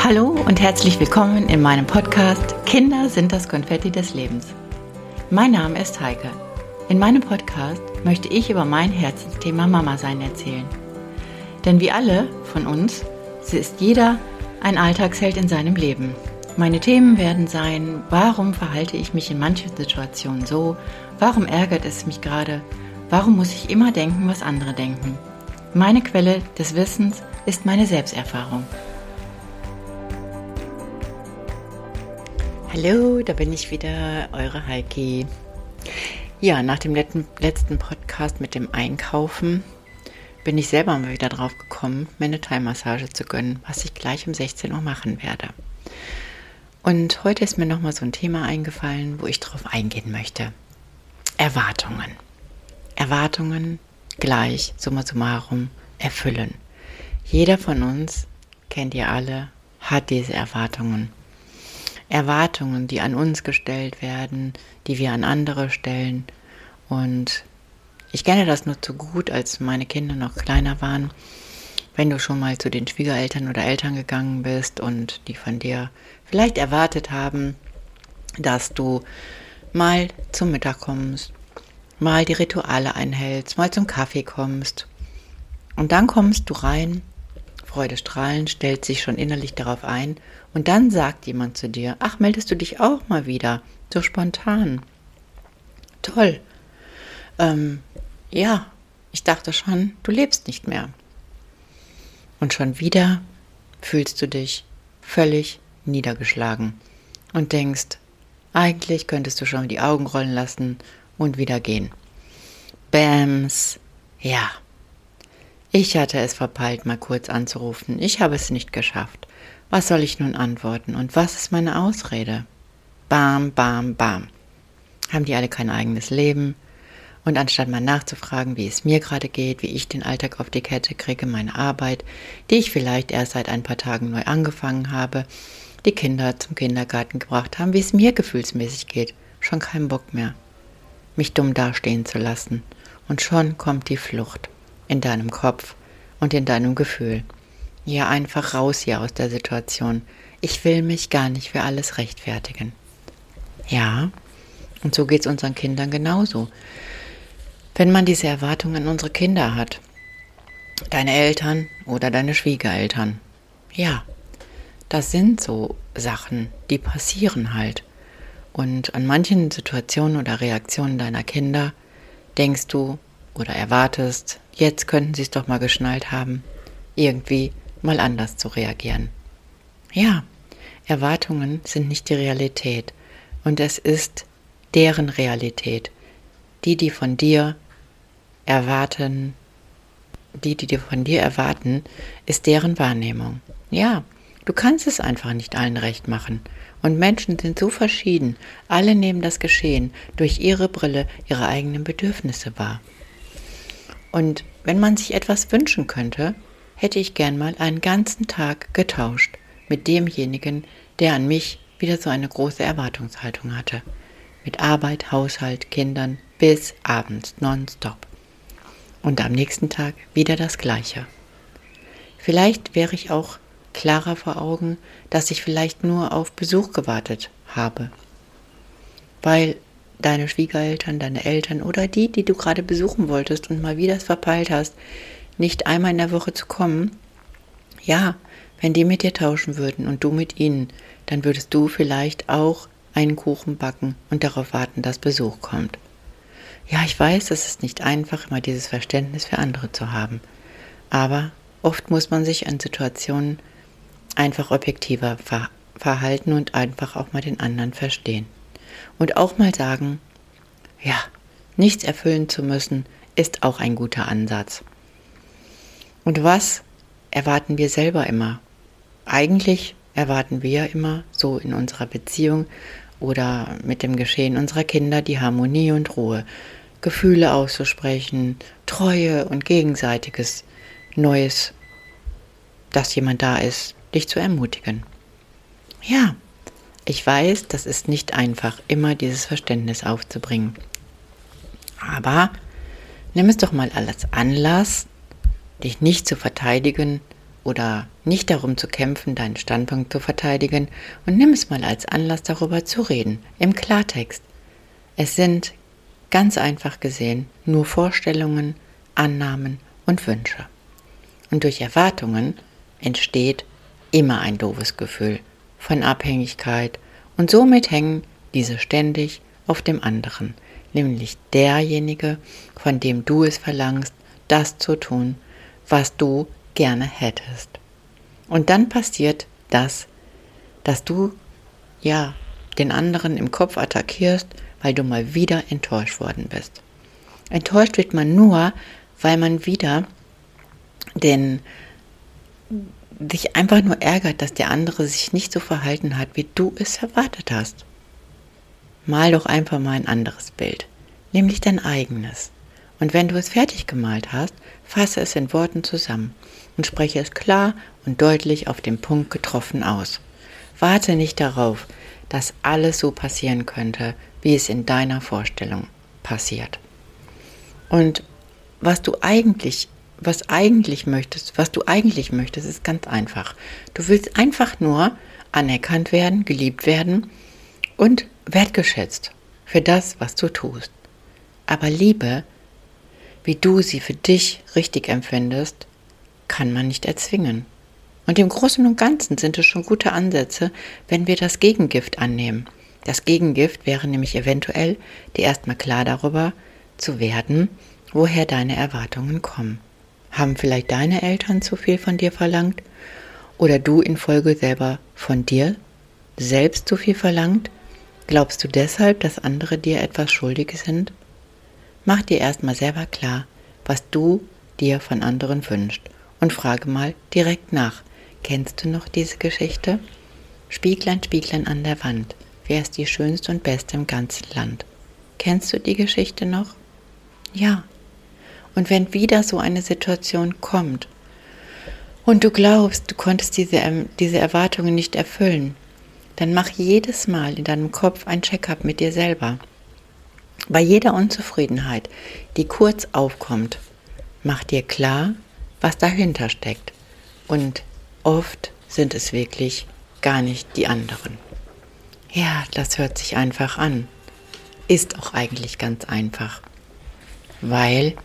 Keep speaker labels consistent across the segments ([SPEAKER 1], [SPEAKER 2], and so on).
[SPEAKER 1] Hallo und herzlich willkommen in meinem Podcast Kinder sind das Konfetti des Lebens. Mein Name ist Heike. In meinem Podcast möchte ich über mein Herzensthema Mama sein erzählen. Denn wie alle von uns, ist jeder ein Alltagsheld in seinem Leben. Meine Themen werden sein, warum verhalte ich mich in manchen Situationen so, warum ärgert es mich gerade, warum muss ich immer denken, was andere denken. Meine Quelle des Wissens ist meine Selbsterfahrung. Hallo, da bin ich wieder, eure Heiki. Ja, nach dem letzten Podcast mit dem Einkaufen bin ich selber mal wieder drauf gekommen, mir eine Thai-Massage zu gönnen, was ich gleich um 16 Uhr machen werde. Und heute ist mir nochmal so ein Thema eingefallen, wo ich drauf eingehen möchte. Erwartungen. Erwartungen gleich, summa summarum, erfüllen. Jeder von uns, kennt ihr alle, hat diese Erwartungen. Erwartungen, die an uns gestellt werden, die wir an andere stellen. Und ich kenne das nur zu gut, als meine Kinder noch kleiner waren. Wenn du schon mal zu den Schwiegereltern oder Eltern gegangen bist und die von dir vielleicht erwartet haben, dass du mal zum Mittag kommst, mal die Rituale einhältst, mal zum Kaffee kommst. Und dann kommst du rein, freudestrahlend, stellt sich schon innerlich darauf ein und dann sagt jemand zu dir, ach, meldest du dich auch mal wieder, so spontan. Toll. Ja, ich dachte schon, du lebst nicht mehr. Und schon wieder fühlst du dich völlig niedergeschlagen und denkst, eigentlich könntest du schon die Augen rollen lassen und wieder gehen. Bams, ja. Ich hatte es verpeilt, mal kurz anzurufen. Ich habe es nicht geschafft. Was soll ich nun antworten? Und was ist meine Ausrede? Bam, bam, bam. Haben die alle kein eigenes Leben? Und anstatt mal nachzufragen, wie es mir gerade geht, wie ich den Alltag auf die Kette kriege, meine Arbeit, die ich vielleicht erst seit ein paar Tagen neu angefangen habe, die Kinder zum Kindergarten gebracht haben, wie es mir gefühlsmäßig geht, schon keinen Bock mehr, mich dumm dastehen zu lassen. Und schon kommt die Flucht in deinem Kopf und in deinem Gefühl. Ja, einfach raus hier aus der Situation. Ich will mich gar nicht für alles rechtfertigen. Ja, und so geht es unseren Kindern genauso. Wenn man diese Erwartungen an unsere Kinder hat, deine Eltern oder deine Schwiegereltern, ja, das sind so Sachen, die passieren halt. Und an manchen Situationen oder Reaktionen deiner Kinder denkst du oder erwartest, jetzt könnten sie es doch mal geschnallt haben, irgendwie mal anders zu reagieren. Ja, Erwartungen sind nicht die Realität und es ist deren Realität. Die von dir erwarten, die von dir erwarten, ist deren Wahrnehmung. Ja, du kannst es einfach nicht allen recht machen. Und Menschen sind so verschieden, alle nehmen das Geschehen durch ihre Brille, ihre eigenen Bedürfnisse wahr. Und wenn man sich etwas wünschen könnte, hätte ich gern mal einen ganzen Tag getauscht mit demjenigen, der an mich wieder so eine große Erwartungshaltung hatte. Mit Arbeit, Haushalt, Kindern bis abends nonstop. Und am nächsten Tag wieder das Gleiche. Vielleicht wäre ich auch klarer vor Augen, dass ich vielleicht nur auf Besuch gewartet habe. Weil deine Schwiegereltern, deine Eltern oder die du gerade besuchen wolltest und mal wieder es verpeilt hast, nicht einmal in der Woche zu kommen, ja, wenn die mit dir tauschen würden und du mit ihnen, dann würdest du vielleicht auch einen Kuchen backen und darauf warten, dass Besuch kommt. Ja, ich weiß, es ist nicht einfach, immer dieses Verständnis für andere zu haben, aber oft muss man sich an Situationen einfach objektiver verhalten und einfach auch mal den anderen verstehen. Und auch mal sagen, ja, nichts erfüllen zu müssen, ist auch ein guter Ansatz. Und was erwarten wir selber immer? Eigentlich erwarten wir immer so in unserer Beziehung oder mit dem Geschehen unserer Kinder die Harmonie und Ruhe, Gefühle auszusprechen, Treue und gegenseitiges Neues, dass jemand da ist, dich zu ermutigen. Ja, ich weiß, das ist nicht einfach, immer dieses Verständnis aufzubringen. Aber nimm es doch mal als Anlass, dich nicht zu verteidigen oder nicht darum zu kämpfen, deinen Standpunkt zu verteidigen und nimm es mal als Anlass, darüber zu reden, im Klartext. Es sind, ganz einfach gesehen, nur Vorstellungen, Annahmen und Wünsche. Und durch Erwartungen entsteht immer ein doofes Gefühl von Abhängigkeit und somit hängen diese ständig auf dem anderen, nämlich derjenige, von dem du es verlangst, das zu tun, was du gerne hättest. Und dann passiert das, dass du den anderen im Kopf attackierst, weil du mal wieder enttäuscht worden bist. Enttäuscht wird man nur, weil man wieder sich einfach nur ärgert, dass der andere sich nicht so verhalten hat, wie du es erwartet hast. Mal doch einfach mal ein anderes Bild, nämlich dein eigenes. Und wenn du es fertig gemalt hast, fasse es in Worten zusammen und spreche es klar und deutlich auf den Punkt getroffen aus. Warte nicht darauf, dass alles so passieren könnte, wie es in deiner Vorstellung passiert. Und was du eigentlich möchtest, ist ganz einfach. Du willst einfach nur anerkannt werden, geliebt werden und wertgeschätzt für das, was du tust. Aber Liebe, wie du sie für dich richtig empfindest, kann man nicht erzwingen. Und im Großen und Ganzen sind es schon gute Ansätze, wenn wir das Gegengift annehmen. Das Gegengift wäre nämlich eventuell, dir erstmal klar darüber zu werden, woher deine Erwartungen kommen. Haben vielleicht deine Eltern zu viel von dir verlangt? Oder du infolge selber von dir selbst zu viel verlangt? Glaubst du deshalb, dass andere dir etwas schuldig sind? Mach dir erstmal selber klar, was du dir von anderen wünschst und frage mal direkt nach. Kennst du noch diese Geschichte? Spieglein, Spieglein an der Wand, wer ist die schönste und beste im ganzen Land? Kennst du die Geschichte noch? Ja. Und wenn wieder so eine Situation kommt und du glaubst, du konntest diese Erwartungen nicht erfüllen, dann mach jedes Mal in deinem Kopf ein Check-up mit dir selber. Bei jeder Unzufriedenheit, die kurz aufkommt, mach dir klar, was dahinter steckt. Und oft sind es wirklich gar nicht die anderen. Ja, das hört sich einfach an. Ist auch eigentlich ganz einfach. Weil,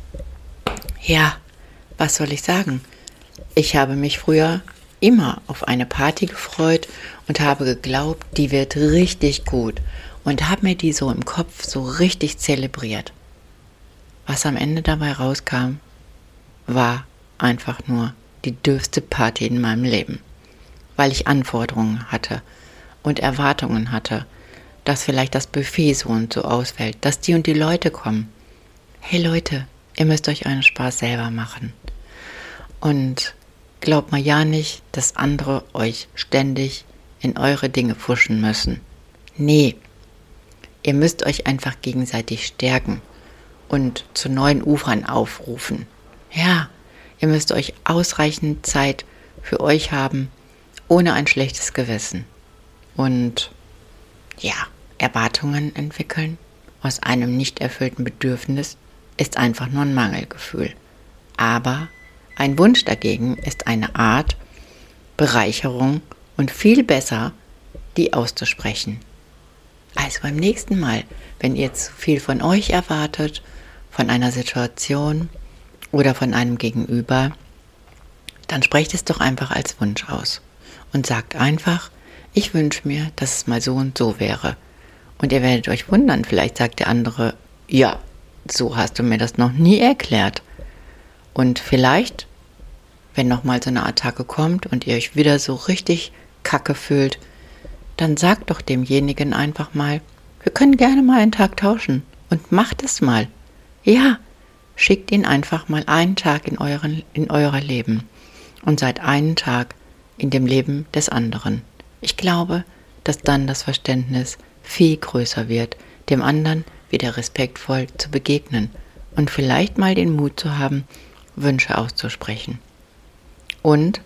[SPEAKER 1] was soll ich sagen? Ich habe mich früher immer auf eine Party gefreut und habe geglaubt, die wird richtig gut und habe mir die so im Kopf so richtig zelebriert. Was am Ende dabei rauskam, war einfach nur die dürfste Party in meinem Leben, weil ich Anforderungen hatte und Erwartungen hatte, dass vielleicht das Buffet so und so ausfällt, dass die und die Leute kommen. Hey Leute, ihr müsst euch euren Spaß selber machen. Und glaubt mal ja nicht, dass andere euch ständig in eure Dinge pfuschen müssen. Nee, ihr müsst euch einfach gegenseitig stärken und zu neuen Ufern aufrufen. Ja, ihr müsst euch ausreichend Zeit für euch haben, ohne ein schlechtes Gewissen. Und Erwartungen entwickeln aus einem nicht erfüllten Bedürfnis ist einfach nur ein Mangelgefühl. Aber ein Wunsch dagegen ist eine Art Bereicherung und viel besser, die auszusprechen. Also beim nächsten Mal, wenn ihr zu viel von euch erwartet, von einer Situation oder von einem Gegenüber, dann sprecht es doch einfach als Wunsch aus und sagt einfach, ich wünsche mir, dass es mal so und so wäre. Und ihr werdet euch wundern, vielleicht sagt der andere, ja, so hast du mir das noch nie erklärt. Und vielleicht, wenn nochmal so eine Attacke kommt und ihr euch wieder so richtig kacke fühlt, dann sagt doch demjenigen einfach mal, wir können gerne mal einen Tag tauschen und macht es mal. Ja, schickt ihn einfach mal einen Tag in euer Leben und seid einen Tag in dem Leben des anderen. Ich glaube, dass dann das Verständnis viel größer wird, dem anderen wieder respektvoll zu begegnen und vielleicht mal den Mut zu haben, Wünsche auszusprechen. Und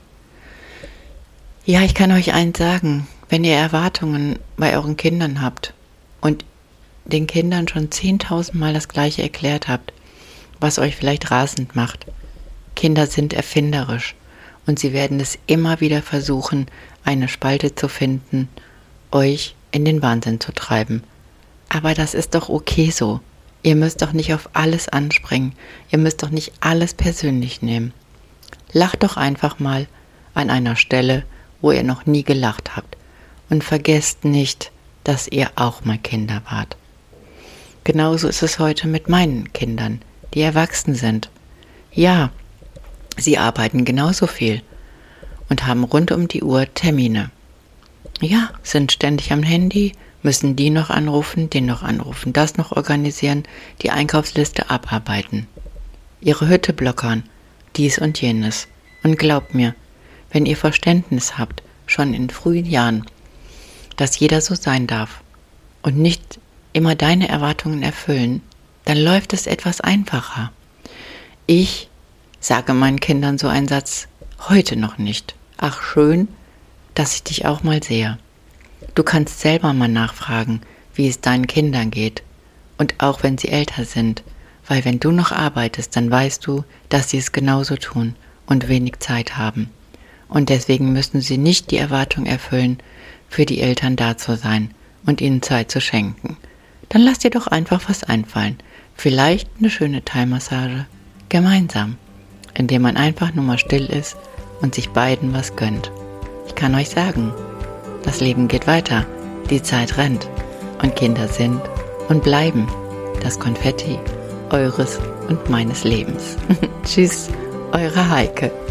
[SPEAKER 1] ich kann euch eins sagen, wenn ihr Erwartungen bei euren Kindern habt und den Kindern schon 10.000 Mal das Gleiche erklärt habt, was euch vielleicht rasend macht. Kinder sind erfinderisch und sie werden es immer wieder versuchen, eine Spalte zu finden, euch in den Wahnsinn zu treiben. Aber das ist doch okay so. Ihr müsst doch nicht auf alles anspringen. Ihr müsst doch nicht alles persönlich nehmen. Lacht doch einfach mal an einer Stelle, wo ihr noch nie gelacht habt. Und vergesst nicht, dass ihr auch mal Kinder wart. Genauso ist es heute mit meinen Kindern, die erwachsen sind. Ja, sie arbeiten genauso viel und haben rund um die Uhr Termine. Ja, sind ständig am Handy, müssen die noch anrufen, den noch anrufen, das noch organisieren, die Einkaufsliste abarbeiten, ihre Hütte blockern, dies und jenes. Und glaubt mir, wenn ihr Verständnis habt, schon in frühen Jahren, dass jeder so sein darf und nicht immer deine Erwartungen erfüllen, dann läuft es etwas einfacher. Ich sage meinen Kindern so einen Satz heute noch nicht. Ach schön, dass ich dich auch mal sehe. Du kannst selber mal nachfragen, wie es deinen Kindern geht. Und auch wenn sie älter sind, weil wenn du noch arbeitest, dann weißt du, dass sie es genauso tun und wenig Zeit haben. Und deswegen müssen sie nicht die Erwartung erfüllen, für die Eltern da zu sein und ihnen Zeit zu schenken. Dann lass dir doch einfach was einfallen. Vielleicht eine schöne Thai-Massage. Gemeinsam. Indem man einfach nur mal still ist und sich beiden was gönnt. Ich kann euch sagen, das Leben geht weiter. Die Zeit rennt. Und Kinder sind und bleiben das Konfetti eures und meines Lebens. Tschüss, eure Heike.